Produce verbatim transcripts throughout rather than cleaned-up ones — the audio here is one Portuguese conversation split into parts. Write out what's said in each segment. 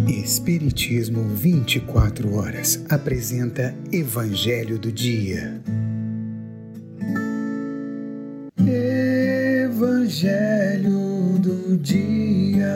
Espiritismo vinte e quatro horas apresenta Evangelho do Dia. Evangelho do Dia.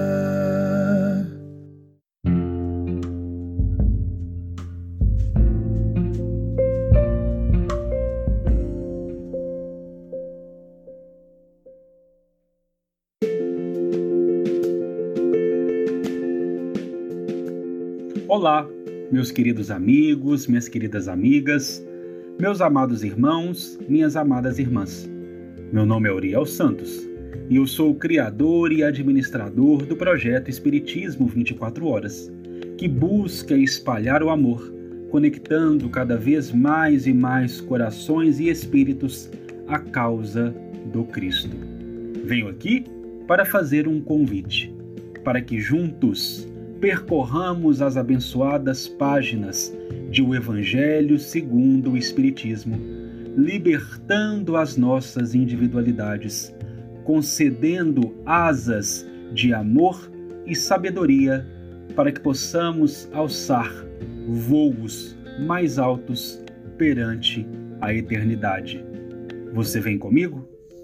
Olá, meus queridos amigos, minhas queridas amigas, meus amados irmãos, minhas amadas irmãs. Meu nome é Uriel Santos e eu sou o criador e administrador do projeto Espiritismo vinte e quatro horas, que busca espalhar o amor, conectando cada vez mais e mais corações e espíritos à causa do Cristo. Venho aqui para fazer um convite, para que juntos percorramos as abençoadas páginas de O Evangelho segundo o Espiritismo, libertando as nossas individualidades, concedendo asas de amor e sabedoria para que possamos alçar voos mais altos perante a eternidade. Você vem comigo?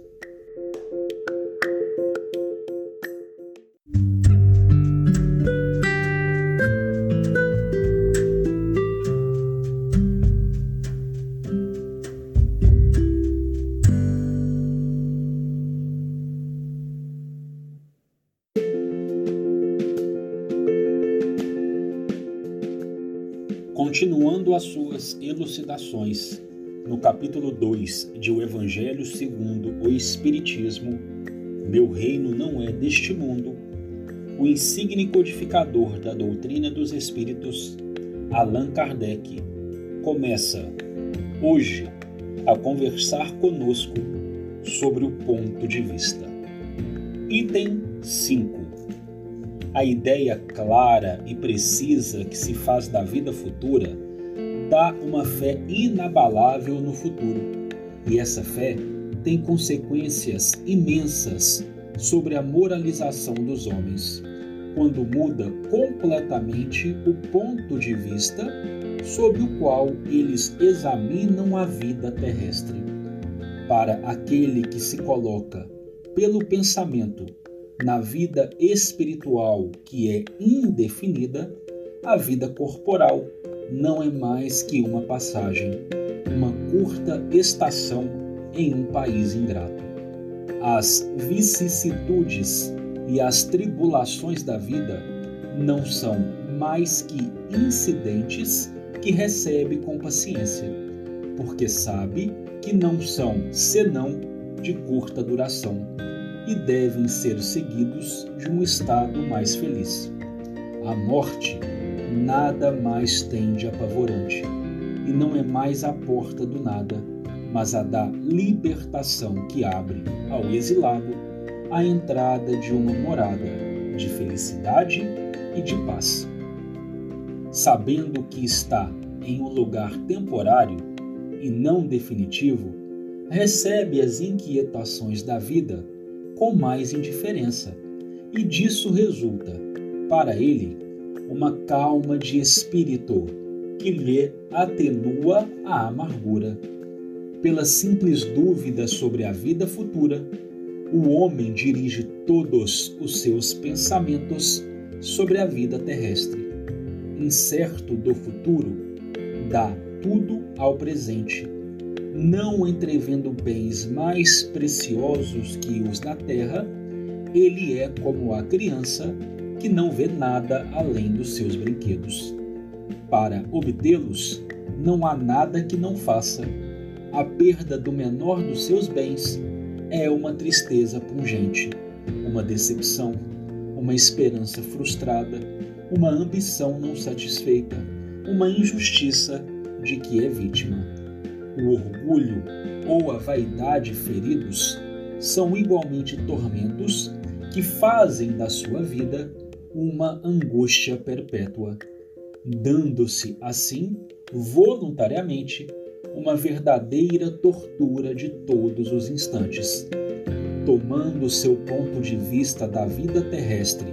Continuando as suas elucidações, no capítulo dois de O Evangelho segundo o Espiritismo, Meu reino não é deste mundo, o insigne codificador da doutrina dos Espíritos, Allan Kardec, começa hoje a conversar conosco sobre o ponto de vista. Item cinco. A ideia clara e precisa que se faz da vida futura dá uma fé inabalável no futuro, e essa fé tem consequências imensas sobre a moralização dos homens, quando muda completamente o ponto de vista sob o qual eles examinam a vida terrestre. Para aquele que se coloca pelo pensamento na vida espiritual, que é indefinida, a vida corporal não é mais que uma passagem, uma curta estação em um país ingrato. As vicissitudes e as tribulações da vida não são mais que incidentes que recebe com paciência, porque sabe que não são senão de curta duração e devem ser seguidos de um estado mais feliz. A morte nada mais tem de apavorante, e não é mais a porta do nada, mas a da libertação que abre ao exilado a entrada de uma morada de felicidade e de paz. Sabendo que está em um lugar temporário e não definitivo, recebe as inquietações da vida com mais indiferença, e disso resulta, para ele, uma calma de espírito que lhe atenua a amargura. Pela simples dúvida sobre a vida futura, o homem dirige todos os seus pensamentos sobre a vida terrestre. Incerto do futuro, dá tudo ao presente, não entrevendo bens mais preciosos que os da terra. Ele é como a criança que não vê nada além dos seus brinquedos. Para obtê-los, não há nada que não faça. A perda do menor dos seus bens é uma tristeza pungente, uma decepção, uma esperança frustrada, uma ambição não satisfeita, uma injustiça de que é vítima. O orgulho ou a vaidade feridos são igualmente tormentos que fazem da sua vida uma angústia perpétua, dando-se, assim, voluntariamente, uma verdadeira tortura de todos os instantes. Tomando seu ponto de vista da vida terrestre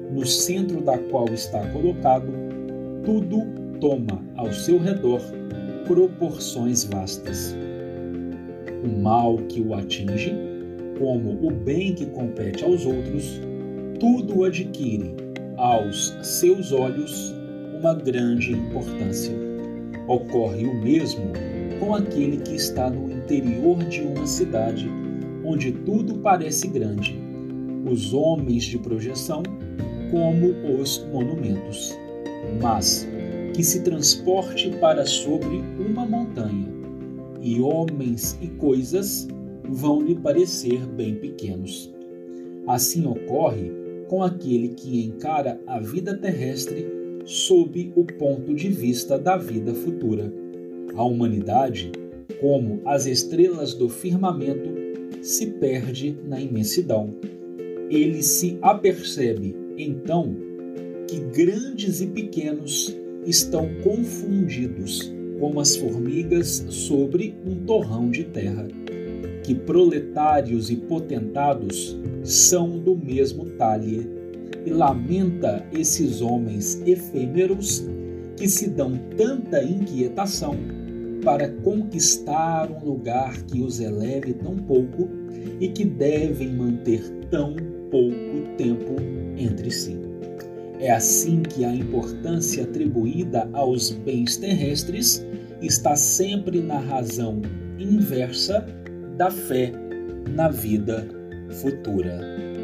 no centro da qual está colocado, tudo toma ao seu redor proporções vastas. O mal que o atinge, como o bem que compete aos outros, tudo adquire, aos seus olhos, uma grande importância. Ocorre o mesmo com aquele que está no interior de uma cidade, onde tudo parece grande, os homens de projeção como os monumentos, mas que se transporte para sobre uma montanha, e homens e coisas vão lhe parecer bem pequenos. Assim ocorre com aquele que encara a vida terrestre sob o ponto de vista da vida futura. A humanidade, como as estrelas do firmamento, se perde na imensidão. Ele se apercebe, então, que grandes e pequenos estão confundidos como as formigas sobre um torrão de terra, que proletários e potentados são do mesmo talhe, e lamenta esses homens efêmeros que se dão tanta inquietação para conquistar um lugar que os eleve tão pouco e que devem manter tão pouco tempo entre si. É assim que a importância atribuída aos bens terrestres está sempre na razão inversa da fé na vida futura.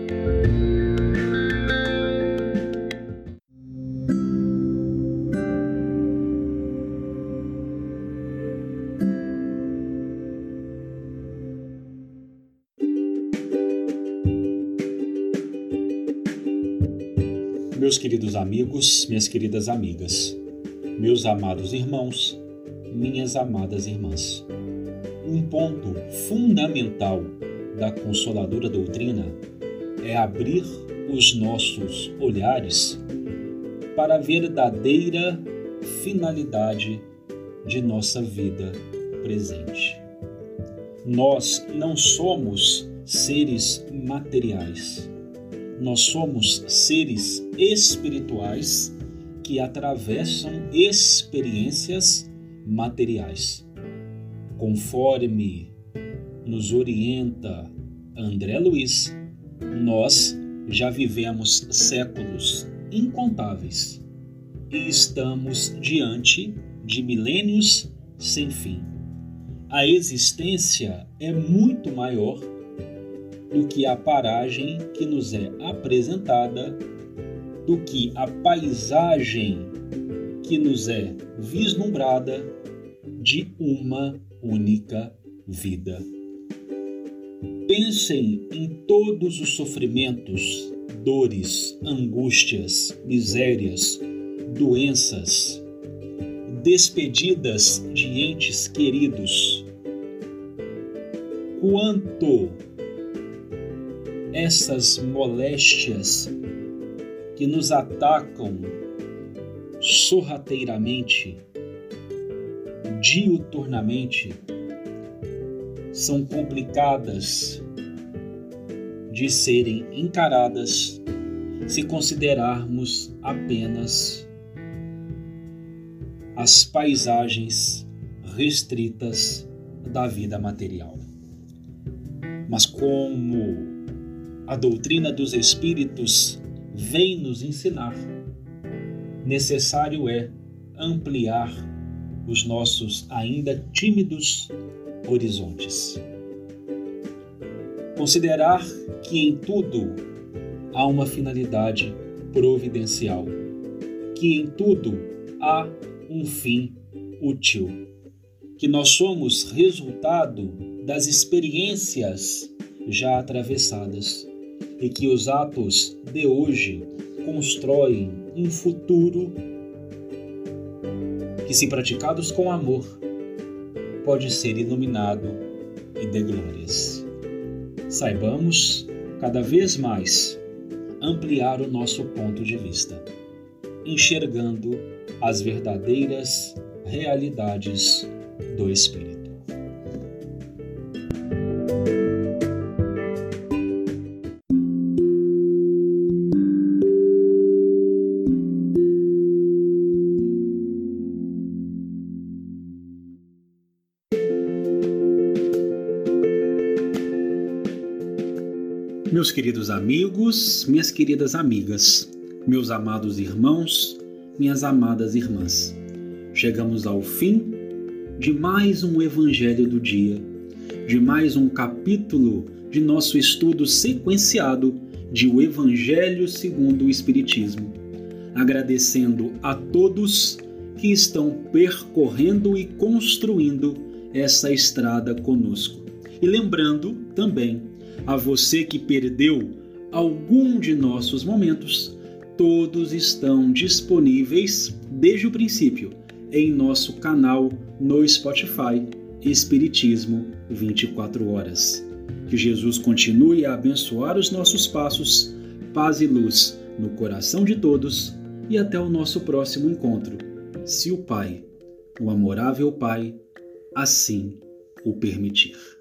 Meus queridos amigos, minhas queridas amigas, meus amados irmãos, minhas amadas irmãs, um ponto fundamental da Consoladora Doutrina é abrir os nossos olhares para a verdadeira finalidade de nossa vida presente. Nós não somos seres materiais. Nós somos seres espirituais que atravessam experiências materiais. Conforme nos orienta André Luiz, nós já vivemos séculos incontáveis e estamos diante de milênios sem fim. A existência é muito maior do que a paragem que nos é apresentada, do que a paisagem que nos é vislumbrada de uma única vida. Pensem em todos os sofrimentos, dores, angústias, misérias, doenças, despedidas de entes queridos. Quanto essas moléstias que nos atacam sorrateiramente, diuturnamente, são complicadas de serem encaradas se considerarmos apenas as paisagens restritas da vida material. Mas como a doutrina dos Espíritos vem nos ensinar, necessário é ampliar os nossos ainda tímidos horizontes. Considerar que em tudo há uma finalidade providencial, que em tudo há um fim útil, que nós somos resultado das experiências já atravessadas e que os atos de hoje constroem um futuro que, se praticados com amor, pode ser iluminado e de glórias. Saibamos cada vez mais ampliar o nosso ponto de vista, enxergando as verdadeiras realidades do Espírito. Meus queridos amigos, minhas queridas amigas, meus amados irmãos, minhas amadas irmãs, chegamos ao fim de mais um Evangelho do dia, de mais um capítulo de nosso estudo sequenciado de O Evangelho segundo o Espiritismo, agradecendo a todos que estão percorrendo e construindo essa estrada conosco. E lembrando também a você que perdeu algum de nossos momentos, todos estão disponíveis desde o princípio em nosso canal no Spotify, Espiritismo vinte e quatro horas. Que Jesus continue a abençoar os nossos passos, paz e luz no coração de todos e até o nosso próximo encontro, se o Pai, o amorável Pai, assim o permitir.